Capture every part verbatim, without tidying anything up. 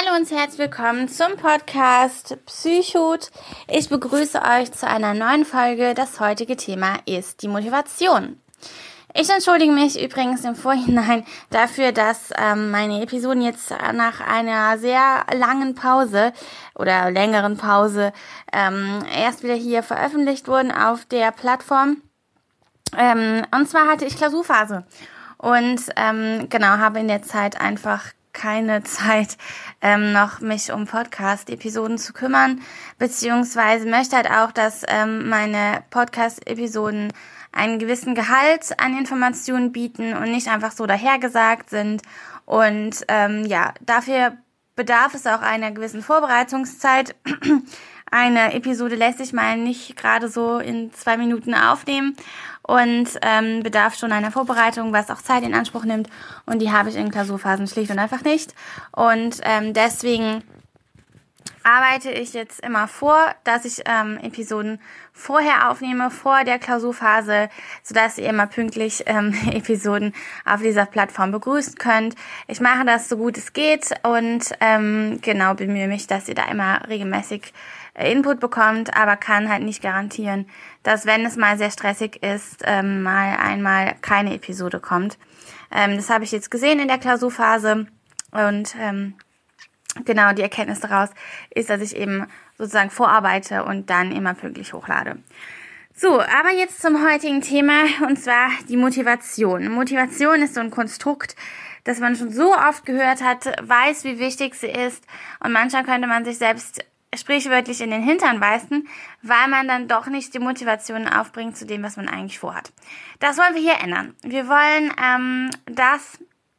Hallo und herzlich willkommen zum Podcast Psychot. Ich begrüße euch zu einer neuen Folge. Das heutige Thema ist die Motivation. Ich entschuldige mich übrigens im Vorhinein dafür, dass ähm, meine Episoden jetzt nach einer sehr langen Pause oder längeren Pause ähm, erst wieder hier veröffentlicht wurden auf der Plattform. Ähm, und zwar hatte ich Klausurphase und ähm, genau habe in der Zeit einfach keine Zeit, ähm, noch mich um Podcast-Episoden zu kümmern, beziehungsweise möchte halt auch, dass ähm, meine Podcast-Episoden einen gewissen Gehalt an Informationen bieten und nicht einfach so dahergesagt sind. Und ähm, ja, dafür bedarf es auch einer gewissen Vorbereitungszeit. Eine Episode lässt sich mal nicht gerade so in zwei Minuten aufnehmen und ähm, bedarf schon einer Vorbereitung, was auch Zeit in Anspruch nimmt. Und die habe ich in Klausurphasen schlicht und einfach nicht. Und ähm, deswegen arbeite ich jetzt immer vor, dass ich ähm, Episoden vorher aufnehme, vor der Klausurphase, sodass ihr immer pünktlich ähm, Episoden auf dieser Plattform begrüßen könnt. Ich mache das so gut es geht und ähm, genau bemühe mich, dass ihr da immer regelmäßig äh, Input bekommt, aber kann halt nicht garantieren, dass, wenn es mal sehr stressig ist, ähm, mal einmal keine Episode kommt. Ähm, das habe ich jetzt gesehen in der Klausurphase und ähm, genau, die Erkenntnis daraus ist, dass ich eben sozusagen vorarbeite und dann immer pünktlich hochlade. So, aber jetzt zum heutigen Thema, und zwar die Motivation. Motivation ist so ein Konstrukt, das man schon so oft gehört hat, weiß, wie wichtig sie ist, und manchmal könnte man sich selbst sprichwörtlich in den Hintern beißen, weil man dann doch nicht die Motivation aufbringt zu dem, was man eigentlich vorhat. Das wollen wir hier ändern. Wir wollen, ähm, dass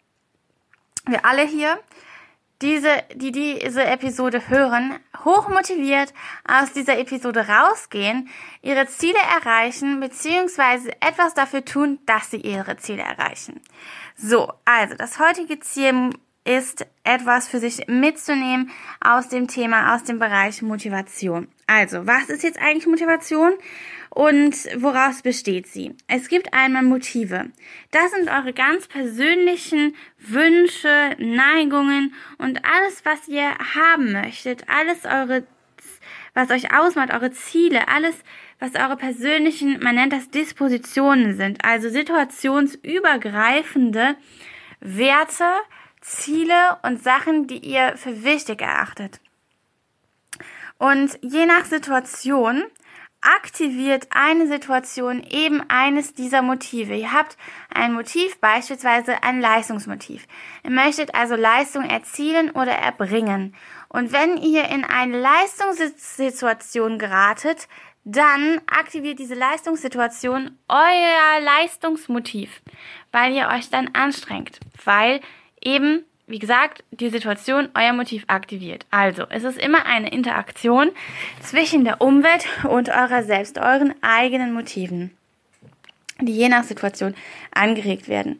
wir alle hier Diese, die diese Episode hören, hochmotiviert aus dieser Episode rausgehen, ihre Ziele erreichen, beziehungsweise etwas dafür tun, dass sie ihre Ziele erreichen. So, also das heutige Ziel ist, etwas für sich mitzunehmen aus dem Thema, aus dem Bereich Motivation. Also, was ist jetzt eigentlich Motivation? Und woraus besteht sie? Es gibt einmal Motive. Das sind eure ganz persönlichen Wünsche, Neigungen und alles, was ihr haben möchtet, alles eure, was euch ausmacht, eure Ziele, alles, was eure persönlichen, man nennt das Dispositionen sind, also situationsübergreifende Werte, Ziele und Sachen, die ihr für wichtig erachtet. Und je nach Situation aktiviert eine Situation eben eines dieser Motive. Ihr habt ein Motiv, beispielsweise ein Leistungsmotiv. Ihr möchtet also Leistung erzielen oder erbringen. Und wenn ihr in eine Leistungssituation geratet, dann aktiviert diese Leistungssituation euer Leistungsmotiv, weil ihr euch dann anstrengt, weil eben, wie gesagt, die Situation euer Motiv aktiviert. Also, es ist immer eine Interaktion zwischen der Umwelt und eurer selbst, euren eigenen Motiven, die je nach Situation angeregt werden.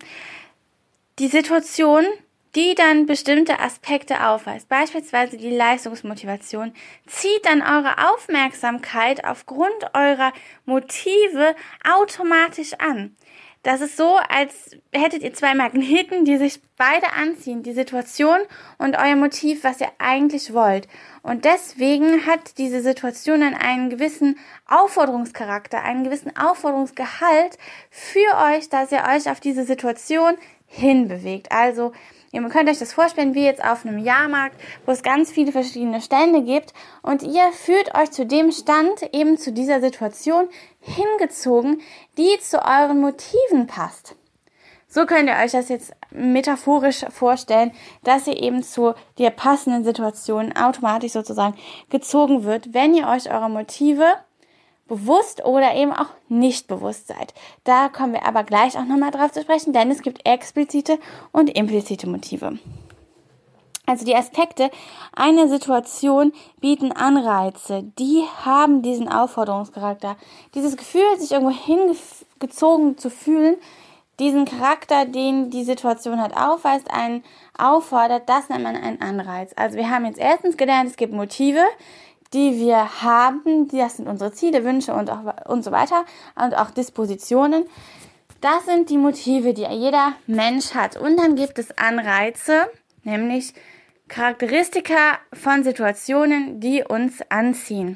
Die Situation, die dann bestimmte Aspekte aufweist, beispielsweise die Leistungsmotivation, zieht dann eure Aufmerksamkeit aufgrund eurer Motive automatisch an. Das ist so, als hättet ihr zwei Magneten, die sich beide anziehen, die Situation und euer Motiv, was ihr eigentlich wollt. Und deswegen hat diese Situation dann einen gewissen Aufforderungscharakter, einen gewissen Aufforderungsgehalt für euch, dass ihr euch auf diese Situation hinbewegt. Also, ihr könnt euch das vorstellen wie jetzt auf einem Jahrmarkt, wo es ganz viele verschiedene Stände gibt und ihr fühlt euch zu dem Stand, eben zu dieser Situation hingezogen, die zu euren Motiven passt. So könnt ihr euch das jetzt metaphorisch vorstellen, dass ihr eben zu der passenden Situation automatisch sozusagen gezogen wird, wenn ihr euch eurer Motive bewusst oder eben auch nicht bewusst seid. Da kommen wir aber gleich auch nochmal drauf zu sprechen, denn es gibt explizite und implizite Motive. Also die Aspekte einer Situation bieten Anreize, die haben diesen Aufforderungscharakter. Dieses Gefühl, sich irgendwo hingezogen zu fühlen, diesen Charakter, den die Situation halt aufweist, einen auffordert, das nennt man einen Anreiz. Also wir haben jetzt erstens gelernt, es gibt Motive, die wir haben, das sind unsere Ziele, Wünsche und, auch, und so weiter und auch Dispositionen. Das sind die Motive, die jeder Mensch hat. Und dann gibt es Anreize, nämlich Charakteristika von Situationen, die uns anziehen.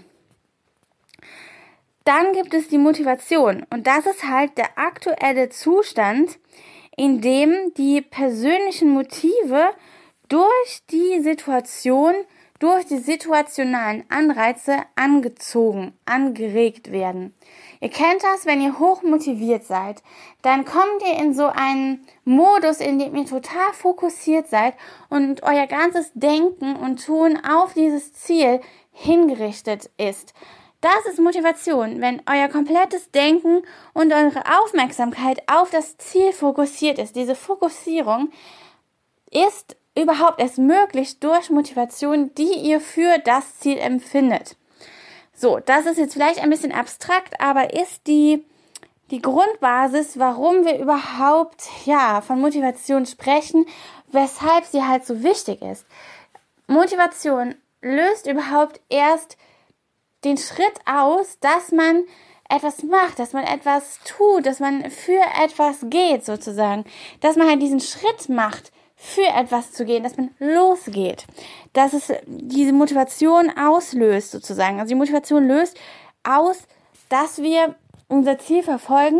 Dann gibt es die Motivation und das ist halt der aktuelle Zustand, in dem die persönlichen Motive durch die Situation, durch die situationalen Anreize angezogen, angeregt werden. Ihr kennt das, wenn ihr hoch motiviert seid, dann kommt ihr in so einen Modus, in dem ihr total fokussiert seid und euer ganzes Denken und Tun auf dieses Ziel hingerichtet ist. Das ist Motivation, wenn euer komplettes Denken und eure Aufmerksamkeit auf das Ziel fokussiert ist. Diese Fokussierung ist überhaupt erst möglich durch Motivation, die ihr für das Ziel empfindet. So, das ist jetzt vielleicht ein bisschen abstrakt, aber ist die, die Grundbasis, warum wir überhaupt, ja, von Motivation sprechen, weshalb sie halt so wichtig ist. Motivation löst überhaupt erst den Schritt aus, dass man etwas macht, dass man etwas tut, dass man für etwas geht sozusagen, dass man halt diesen Schritt macht, für etwas zu gehen, dass man losgeht, dass es diese Motivation auslöst sozusagen. Also die Motivation löst aus, dass wir unser Ziel verfolgen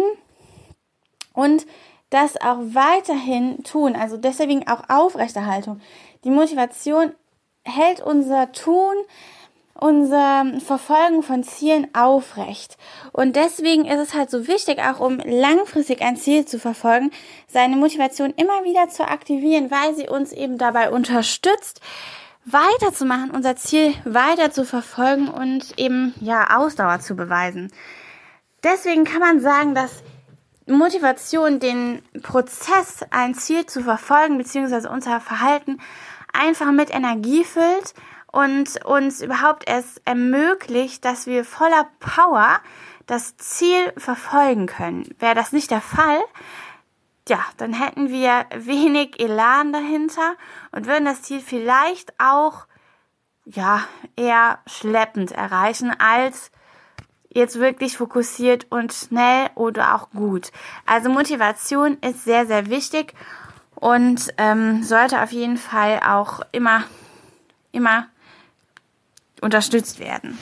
und das auch weiterhin tun, also deswegen auch Aufrechterhaltung. Die Motivation hält unser Tun, unser Verfolgen von Zielen aufrecht. Und deswegen ist es halt so wichtig, auch um langfristig ein Ziel zu verfolgen, seine Motivation immer wieder zu aktivieren, weil sie uns eben dabei unterstützt, weiterzumachen, unser Ziel weiter zu verfolgen und eben, ja, Ausdauer zu beweisen. Deswegen kann man sagen, dass Motivation den Prozess, ein Ziel zu verfolgen, beziehungsweise unser Verhalten einfach mit Energie füllt, und uns überhaupt erst ermöglicht, dass wir voller Power das Ziel verfolgen können. Wäre das nicht der Fall, ja, dann hätten wir wenig Elan dahinter und würden das Ziel vielleicht auch, ja, eher schleppend erreichen, als jetzt wirklich fokussiert und schnell oder auch gut. Also Motivation ist sehr, sehr wichtig und ähm, sollte auf jeden Fall auch immer, immer unterstützt werden.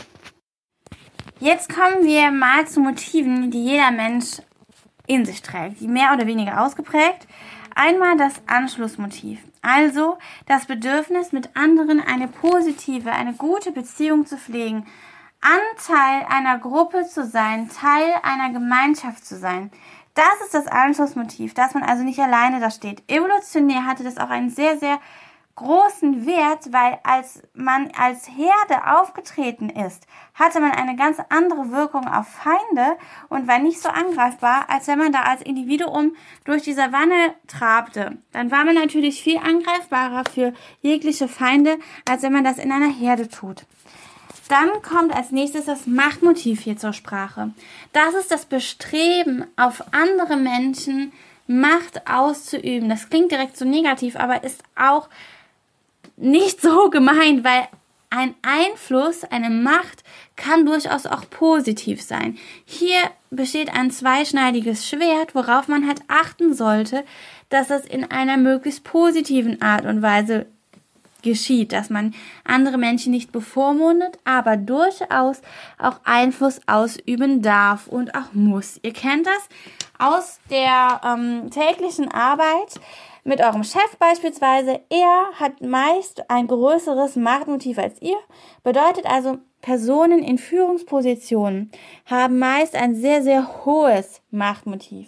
Jetzt kommen wir mal zu Motiven, die jeder Mensch in sich trägt, die mehr oder weniger ausgeprägt. Einmal das Anschlussmotiv, also das Bedürfnis, mit anderen eine positive, eine gute Beziehung zu pflegen, Anteil einer Gruppe zu sein, Teil einer Gemeinschaft zu sein. Das ist das Anschlussmotiv, dass man also nicht alleine da steht. Evolutionär hatte das auch einen sehr, sehr großen Wert, weil als man als Herde aufgetreten ist, hatte man eine ganz andere Wirkung auf Feinde und war nicht so angreifbar, als wenn man da als Individuum durch die Savanne trabte. Dann war man natürlich viel angreifbarer für jegliche Feinde, als wenn man das in einer Herde tut. Dann kommt als nächstes das Machtmotiv hier zur Sprache. Das ist das Bestreben, auf andere Menschen Macht auszuüben. Das klingt direkt so negativ, aber ist auch nicht so gemeint, weil ein Einfluss, eine Macht kann durchaus auch positiv sein. Hier besteht ein zweischneidiges Schwert, worauf man halt achten sollte, dass das in einer möglichst positiven Art und Weise geschieht, dass man andere Menschen nicht bevormundet, aber durchaus auch Einfluss ausüben darf und auch muss. Ihr kennt das aus der ähm, täglichen Arbeit mit eurem Chef beispielsweise. Er hat meist ein größeres Machtmotiv als ihr. Bedeutet also, Personen in Führungspositionen haben meist ein sehr, sehr hohes Machtmotiv.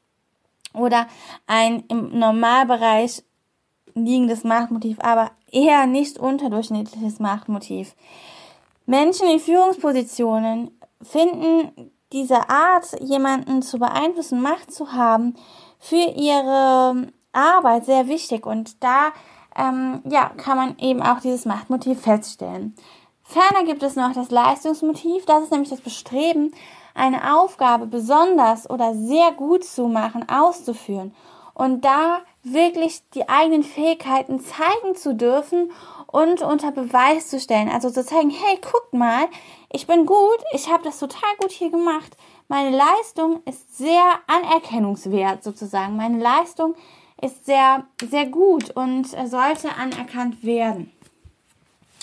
Oder ein im Normalbereich liegendes Machtmotiv, aber eher nicht unterdurchschnittliches Machtmotiv. Menschen in Führungspositionen finden diese Art, jemanden zu beeinflussen, Macht zu haben, für ihre Arbeit sehr wichtig und da ähm, ja, kann man eben auch dieses Machtmotiv feststellen. Ferner gibt es noch das Leistungsmotiv, das ist nämlich das Bestreben, eine Aufgabe besonders oder sehr gut zu machen, auszuführen und da wirklich die eigenen Fähigkeiten zeigen zu dürfen und unter Beweis zu stellen. Also zu zeigen, hey, guckt mal, ich bin gut, ich habe das total gut hier gemacht. Meine Leistung ist sehr anerkennungswert sozusagen. Meine Leistung ist sehr, sehr gut und sollte anerkannt werden.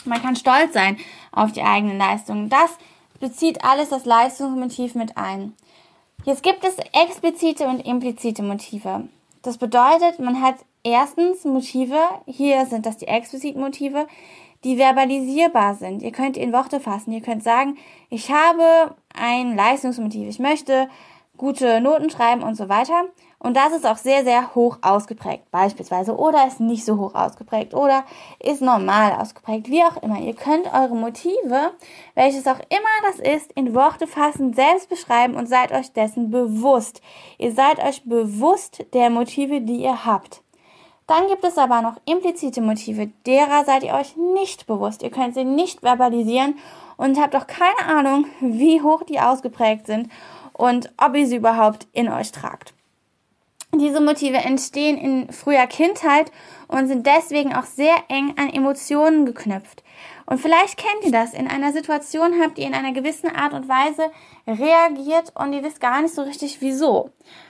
Man kann stolz sein auf die eigenen Leistungen. Das bezieht alles das Leistungsmotiv mit ein. Jetzt gibt es explizite und implizite Motive. Das bedeutet, man hat erstens Motive, hier sind das die expliziten Motive, die verbalisierbar sind. Ihr könnt in Worte fassen. Ihr könnt sagen, ich habe ein Leistungsmotiv. Ich möchte gute Noten schreiben und so weiter. Und das ist auch sehr, sehr hoch ausgeprägt beispielsweise. Oder ist nicht so hoch ausgeprägt. Oder ist normal ausgeprägt. Wie auch immer. Ihr könnt eure Motive, welches auch immer das ist, in Worte fassen, selbst beschreiben und seid euch dessen bewusst. Ihr seid euch bewusst der Motive, die ihr habt. Dann gibt es aber noch implizite Motive, derer seid ihr euch nicht bewusst. Ihr könnt sie nicht verbalisieren und habt auch keine Ahnung, wie hoch die ausgeprägt sind und ob ihr sie überhaupt in euch tragt. Diese Motive entstehen in früher Kindheit und sind deswegen auch sehr eng an Emotionen geknüpft. Und vielleicht kennt ihr das, in einer Situation habt ihr in einer gewissen Art und Weise reagiert und ihr wisst gar nicht so richtig wieso.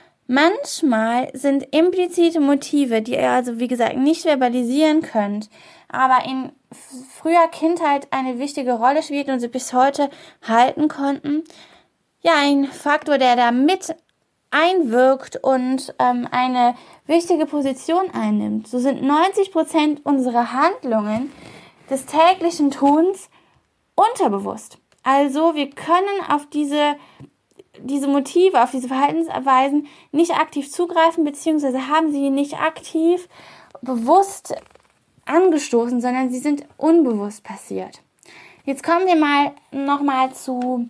Manchmal sind implizite Motive, die ihr also wie gesagt nicht verbalisieren könnt, aber in früher Kindheit eine wichtige Rolle spielt und sie bis heute halten konnten, ja, ein Faktor, der da mit einwirkt und ähm, eine wichtige Position einnimmt. So sind neunzig Prozent unserer Handlungen des täglichen Tuns unterbewusst. Also wir können auf diese diese Motive, auf diese Verhaltensweisen nicht aktiv zugreifen, beziehungsweise haben sie nicht aktiv bewusst angestoßen, sondern sie sind unbewusst passiert. Jetzt kommen wir mal nochmal zu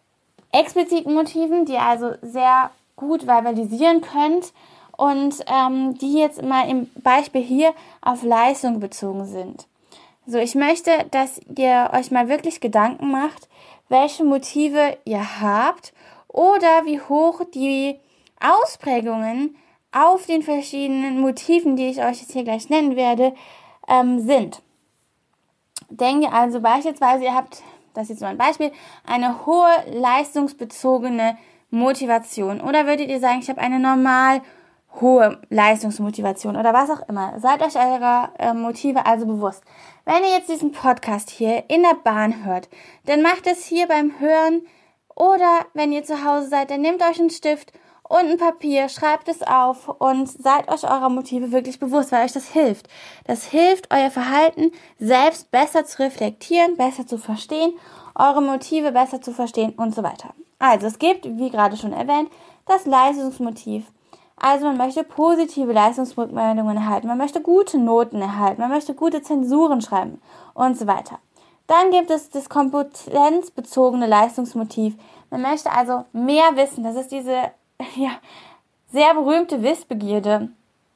expliziten Motiven, die ihr also sehr gut verbalisieren könnt und ähm, die jetzt mal im Beispiel hier auf Leistung bezogen sind. So, ich möchte, dass ihr euch mal wirklich Gedanken macht, welche Motive ihr habt oder wie hoch die Ausprägungen auf den verschiedenen Motiven, die ich euch jetzt hier gleich nennen werde, ähm, sind. Denkt ihr also beispielsweise, ihr habt, das ist jetzt so ein Beispiel, eine hohe leistungsbezogene Motivation. Oder würdet ihr sagen, ich habe eine normal hohe Leistungsmotivation oder was auch immer. Seid euch eurer äh, Motive also bewusst. Wenn ihr jetzt diesen Podcast hier in der Bahn hört, dann macht es hier beim Hören. Oder wenn ihr zu Hause seid, dann nehmt euch einen Stift und ein Papier, schreibt es auf und seid euch eurer Motive wirklich bewusst, weil euch das hilft. Das hilft, euer Verhalten selbst besser zu reflektieren, besser zu verstehen, eure Motive besser zu verstehen und so weiter. Also es gibt, wie gerade schon erwähnt, das Leistungsmotiv. Also man möchte positive Leistungsrückmeldungen erhalten, man möchte gute Noten erhalten, man möchte gute Zensuren schreiben und so weiter. Dann gibt es das kompetenzbezogene Leistungsmotiv. Man möchte also mehr wissen. Das ist diese ja, sehr berühmte Wissbegierde,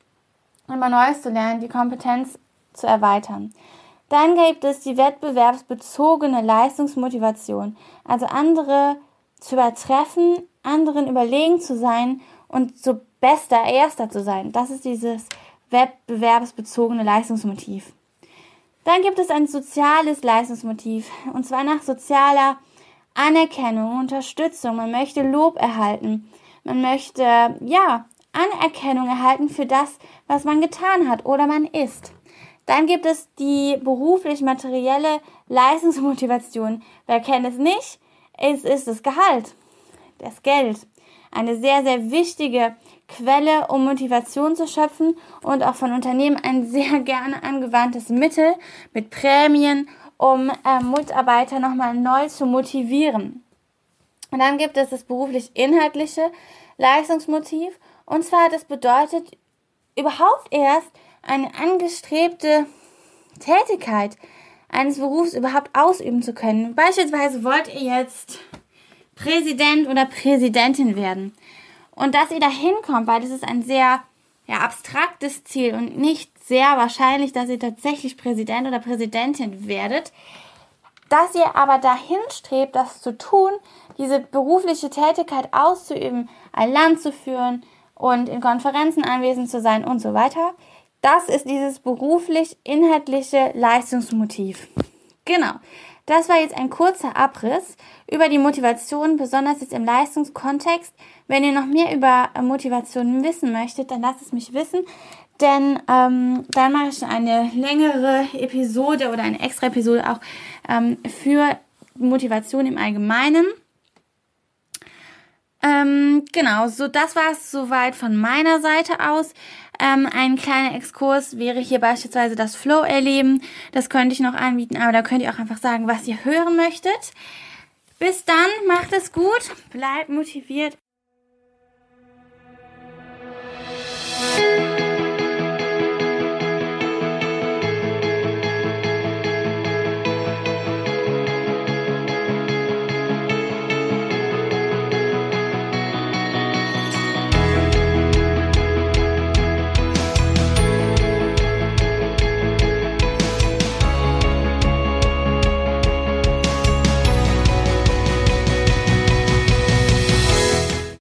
immer Neues zu lernen, die Kompetenz zu erweitern. Dann gibt es die wettbewerbsbezogene Leistungsmotivation. Also andere zu übertreffen, anderen überlegen zu sein und so bester, erster zu sein. Das ist dieses wettbewerbsbezogene Leistungsmotiv. Dann gibt es ein soziales Leistungsmotiv, und zwar nach sozialer Anerkennung, Unterstützung. Man möchte Lob erhalten. Man möchte, ja, Anerkennung erhalten für das, was man getan hat oder man ist. Dann gibt es die beruflich-materielle Leistungsmotivation. Wer kennt es nicht? Es ist das Gehalt, das Geld. Eine sehr, sehr wichtige Quelle, um Motivation zu schöpfen und auch von Unternehmen ein sehr gerne angewandtes Mittel mit Prämien, um äh, Mitarbeiter nochmal neu zu motivieren. Und dann gibt es das beruflich-inhaltliche Leistungsmotiv, und zwar das bedeutet überhaupt erst eine angestrebte Tätigkeit eines Berufs überhaupt ausüben zu können. Beispielsweise wollt ihr jetzt Präsident oder Präsidentin werden. Und dass ihr da hinkommt, weil das ist ein sehr ja, abstraktes Ziel und nicht sehr wahrscheinlich, dass ihr tatsächlich Präsident oder Präsidentin werdet, dass ihr aber dahin strebt, das zu tun, diese berufliche Tätigkeit auszuüben, ein Land zu führen und in Konferenzen anwesend zu sein und so weiter, das ist dieses beruflich-inhaltliche Leistungsmotiv. Genau. Das war jetzt ein kurzer Abriss über die Motivation, besonders jetzt im Leistungskontext. Wenn ihr noch mehr über Motivation wissen möchtet, dann lasst es mich wissen. Denn ähm, dann mache ich eine längere Episode oder eine extra Episode auch ähm, für Motivation im Allgemeinen. Ähm, genau, so das war es soweit von meiner Seite aus. Ähm, ein kleiner Exkurs wäre hier beispielsweise das Flow-Erleben. Das könnte ich noch anbieten, aber da könnt ihr auch einfach sagen, was ihr hören möchtet. Bis dann, macht es gut, bleibt motiviert